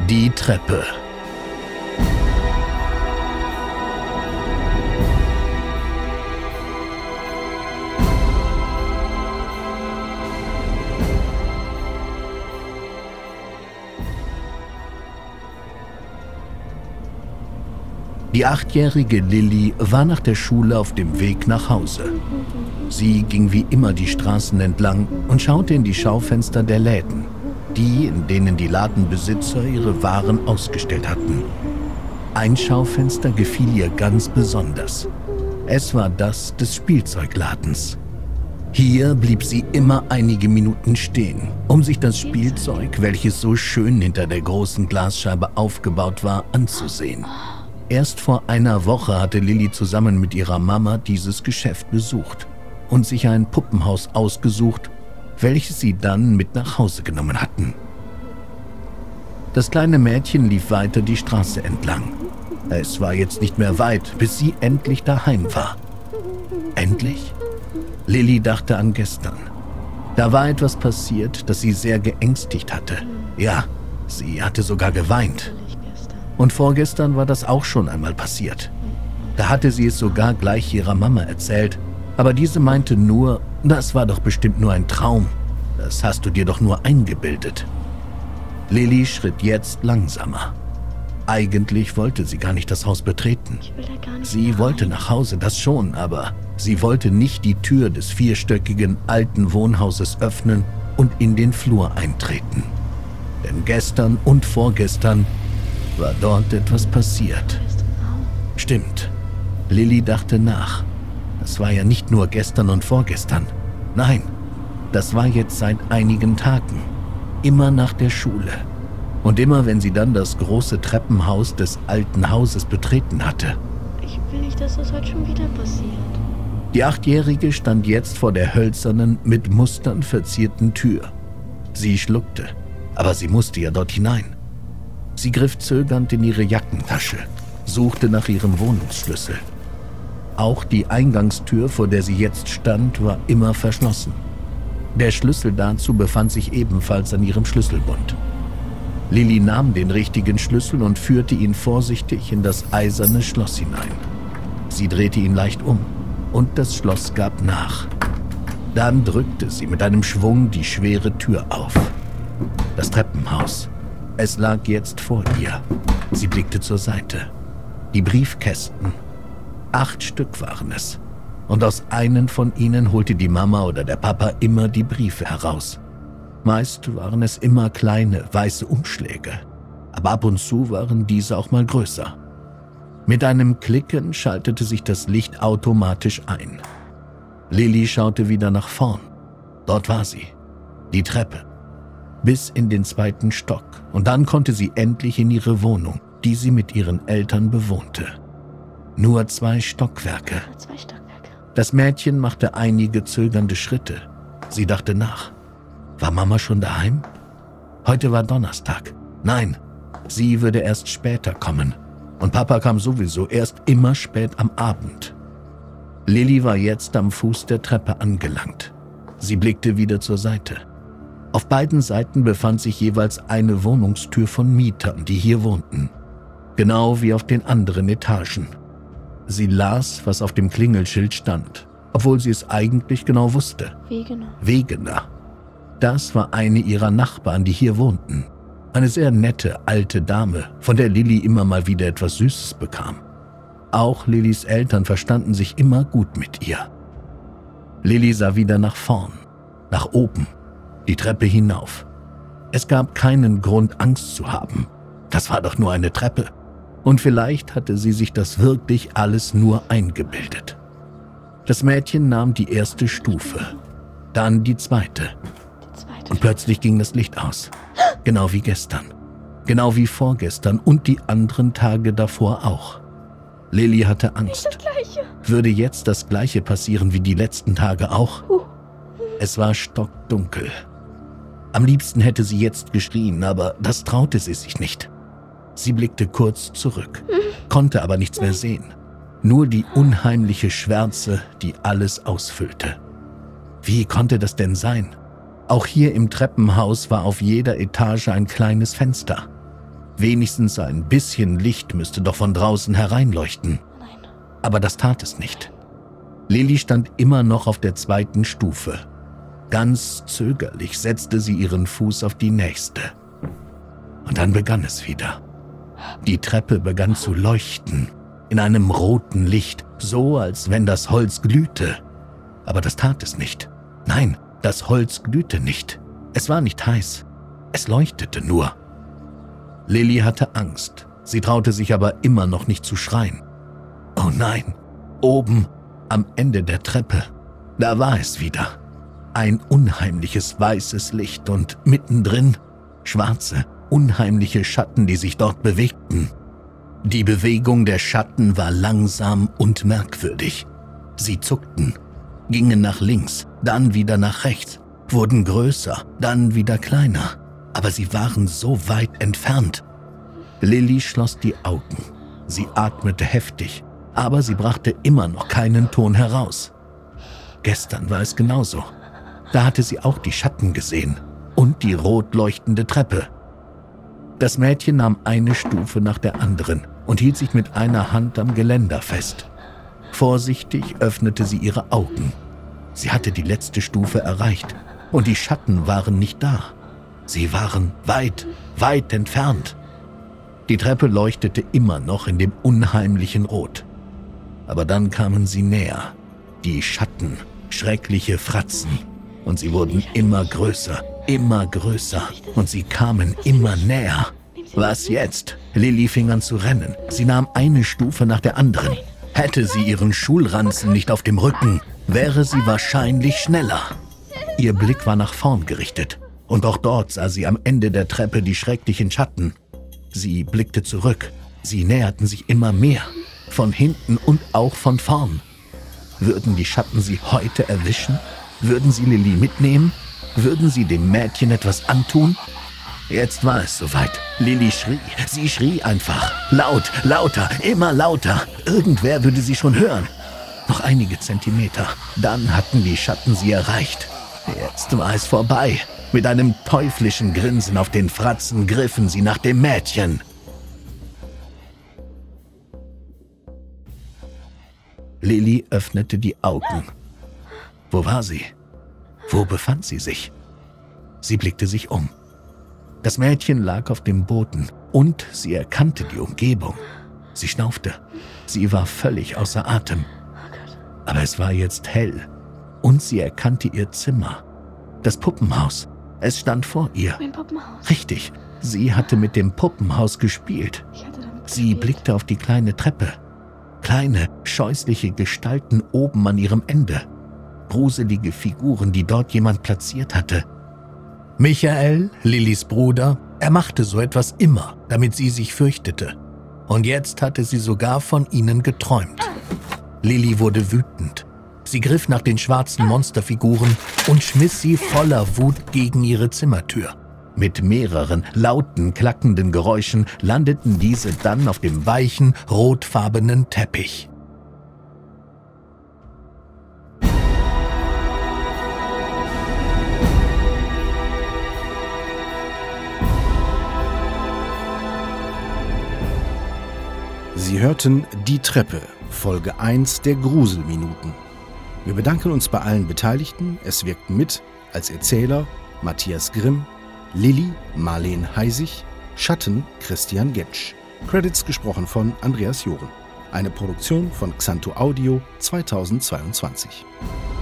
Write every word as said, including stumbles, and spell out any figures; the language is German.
Die Treppe. Die achtjährige Lilly war nach der Schule auf dem Weg nach Hause. Sie ging wie immer die Straßen entlang und schaute in die Schaufenster der Läden, die, in denen die Ladenbesitzer ihre Waren ausgestellt hatten. Ein Schaufenster gefiel ihr ganz besonders. Es war das des Spielzeugladens. Hier blieb sie immer einige Minuten stehen, um sich das Spielzeug, welches so schön hinter der großen Glasscheibe aufgebaut war, anzusehen. Erst vor einer Woche hatte Lilly zusammen mit ihrer Mama dieses Geschäft besucht und sich ein Puppenhaus ausgesucht, welches sie dann mit nach Hause genommen hatten. Das kleine Mädchen lief weiter die Straße entlang. Es war jetzt nicht mehr weit, bis sie endlich daheim war. Endlich? Lilly dachte an gestern. Da war etwas passiert, das sie sehr geängstigt hatte. Ja, sie hatte sogar geweint. Und vorgestern war das auch schon einmal passiert. Da hatte sie es sogar gleich ihrer Mama erzählt, aber diese meinte nur, das war doch bestimmt nur ein Traum. Das hast du dir doch nur eingebildet. Lilly schritt jetzt langsamer. Eigentlich wollte sie gar nicht das Haus betreten. Sie wollte nach Hause, das schon, aber sie wollte nicht die Tür des vierstöckigen alten Wohnhauses öffnen und in den Flur eintreten. Denn gestern und vorgestern war dort etwas passiert. Stimmt. Lilly dachte nach. Das war ja nicht nur gestern und vorgestern. Nein, das war jetzt seit einigen Tagen. Immer nach der Schule. Und immer, wenn sie dann das große Treppenhaus des alten Hauses betreten hatte. Ich will nicht, dass das heute schon wieder passiert. Die Achtjährige stand jetzt vor der hölzernen, mit Mustern verzierten Tür. Sie schluckte, aber sie musste ja dort hinein. Sie griff zögernd in ihre Jackentasche, suchte nach ihrem Wohnungsschlüssel. Auch die Eingangstür, vor der sie jetzt stand, war immer verschlossen. Der Schlüssel dazu befand sich ebenfalls an ihrem Schlüsselbund. Lilly nahm den richtigen Schlüssel und führte ihn vorsichtig in das eiserne Schloss hinein. Sie drehte ihn leicht um und das Schloss gab nach. Dann drückte sie mit einem Schwung die schwere Tür auf. Das Treppenhaus. Es lag jetzt vor ihr. Sie blickte zur Seite. Die Briefkästen. Acht Stück waren es. Und aus einem von ihnen holte die Mama oder der Papa immer die Briefe heraus. Meist waren es immer kleine, weiße Umschläge. Aber ab und zu waren diese auch mal größer. Mit einem Klicken schaltete sich das Licht automatisch ein. Lilly schaute wieder nach vorn. Dort war sie. Die Treppe. Bis in den zweiten Stock, und dann konnte sie endlich in ihre Wohnung, die sie mit ihren Eltern bewohnte. Nur zwei Stockwerke. Zwei Stockwerke. Das Mädchen machte einige zögernde Schritte. Sie dachte nach. War Mama schon daheim? Heute war Donnerstag. Nein, sie würde erst später kommen. Und Papa kam sowieso erst immer spät am Abend. Lilly war jetzt am Fuß der Treppe angelangt. Sie blickte wieder zur Seite. Auf beiden Seiten befand sich jeweils eine Wohnungstür von Mietern, die hier wohnten. Genau wie auf den anderen Etagen. Sie las, was auf dem Klingelschild stand, obwohl sie es eigentlich genau wusste. Wegener. Wegener. Das war eine ihrer Nachbarn, die hier wohnten. Eine sehr nette, alte Dame, von der Lilly immer mal wieder etwas Süßes bekam. Auch Lillys Eltern verstanden sich immer gut mit ihr. Lilly sah wieder nach vorn, nach oben. Die Treppe hinauf. Es gab keinen Grund, Angst zu haben. Das war doch nur eine Treppe. Und vielleicht hatte sie sich das wirklich alles nur eingebildet. Das Mädchen nahm die erste Stufe, dann die zweite. Und plötzlich ging das Licht aus. Genau wie gestern. Genau wie vorgestern und die anderen Tage davor auch. Lilly hatte Angst. Das Gleiche. Würde jetzt das Gleiche passieren wie die letzten Tage auch? Es war stockdunkel. Am liebsten hätte sie jetzt geschrien, aber das traute sie sich nicht. Sie blickte kurz zurück, konnte aber nichts mehr sehen. Nur die unheimliche Schwärze, die alles ausfüllte. Wie konnte das denn sein? Auch hier im Treppenhaus war auf jeder Etage ein kleines Fenster. Wenigstens ein bisschen Licht müsste doch von draußen hereinleuchten. Nein. Aber das tat es nicht. Lilly stand immer noch auf der zweiten Stufe. Ganz zögerlich setzte sie ihren Fuß auf die nächste. Und dann begann es wieder. Die Treppe begann zu leuchten, in einem roten Licht, so als wenn das Holz glühte. Aber das tat es nicht. Nein, das Holz glühte nicht. Es war nicht heiß. Es leuchtete nur. Lilly hatte Angst. Sie traute sich aber immer noch nicht zu schreien. Oh nein, oben am Ende der Treppe, da war es wieder. Ein unheimliches weißes Licht und mittendrin schwarze, unheimliche Schatten, die sich dort bewegten. Die Bewegung der Schatten war langsam und merkwürdig. Sie zuckten, gingen nach links, dann wieder nach rechts, wurden größer, dann wieder kleiner. Aber sie waren so weit entfernt. Lilly schloss die Augen. Sie atmete heftig, aber sie brachte immer noch keinen Ton heraus. Gestern war es genauso. Da hatte sie auch die Schatten gesehen und die rot leuchtende Treppe. Das Mädchen nahm eine Stufe nach der anderen und hielt sich mit einer Hand am Geländer fest. Vorsichtig öffnete sie ihre Augen. Sie hatte die letzte Stufe erreicht und die Schatten waren nicht da. Sie waren weit, weit entfernt. Die Treppe leuchtete immer noch in dem unheimlichen Rot. Aber dann kamen sie näher. Die Schatten, schreckliche Fratzen. Und sie wurden immer größer, immer größer. Und sie kamen immer näher. Was jetzt? Lilly fing an zu rennen. Sie nahm eine Stufe nach der anderen. Hätte sie ihren Schulranzen nicht auf dem Rücken, wäre sie wahrscheinlich schneller. Ihr Blick war nach vorn gerichtet. Und auch dort sah sie am Ende der Treppe die schrecklichen Schatten. Sie blickte zurück. Sie näherten sich immer mehr. Von hinten und auch von vorn. Würden die Schatten sie heute erwischen? Würden sie Lilly mitnehmen? Würden sie dem Mädchen etwas antun? Jetzt war es soweit. Lilly schrie. Sie schrie einfach. Laut, lauter, immer lauter. Irgendwer würde sie schon hören. Noch einige Zentimeter. Dann hatten die Schatten sie erreicht. Jetzt war es vorbei. Mit einem teuflischen Grinsen auf den Fratzen griffen sie nach dem Mädchen. Lilly öffnete die Augen. Wo war sie? Wo befand sie sich? Sie blickte sich um. Das Mädchen lag auf dem Boden und sie erkannte die Umgebung. Sie schnaufte. Sie war völlig außer Atem. Aber es war jetzt hell und sie erkannte ihr Zimmer. Das Puppenhaus. Es stand vor ihr. Mein Puppenhaus. Richtig, sie hatte mit dem Puppenhaus gespielt. Ich hatte damit Sie gespielt. blickte auf die kleine Treppe. Kleine, scheußliche Gestalten oben an ihrem Ende. Gruselige Figuren, die dort jemand platziert hatte. Michael, Lillys Bruder, er machte so etwas immer, damit sie sich fürchtete. Und jetzt hatte sie sogar von ihnen geträumt. Lilly wurde wütend. Sie griff nach den schwarzen Monsterfiguren und schmiss sie voller Wut gegen ihre Zimmertür. Mit mehreren lauten, klackenden Geräuschen landeten diese dann auf dem weichen, rotfarbenen Teppich. Sie hörten Die Treppe, Folge eins der Gruselminuten. Wir bedanken uns bei allen Beteiligten. Es wirkten mit als Erzähler Matthias Grimm, Lilly Marleen Heisig, Schatten Christian Gentsch. Credits gesprochen von Andreas Joren. Eine Produktion von Xanto Audio zweitausendzweiundzwanzig.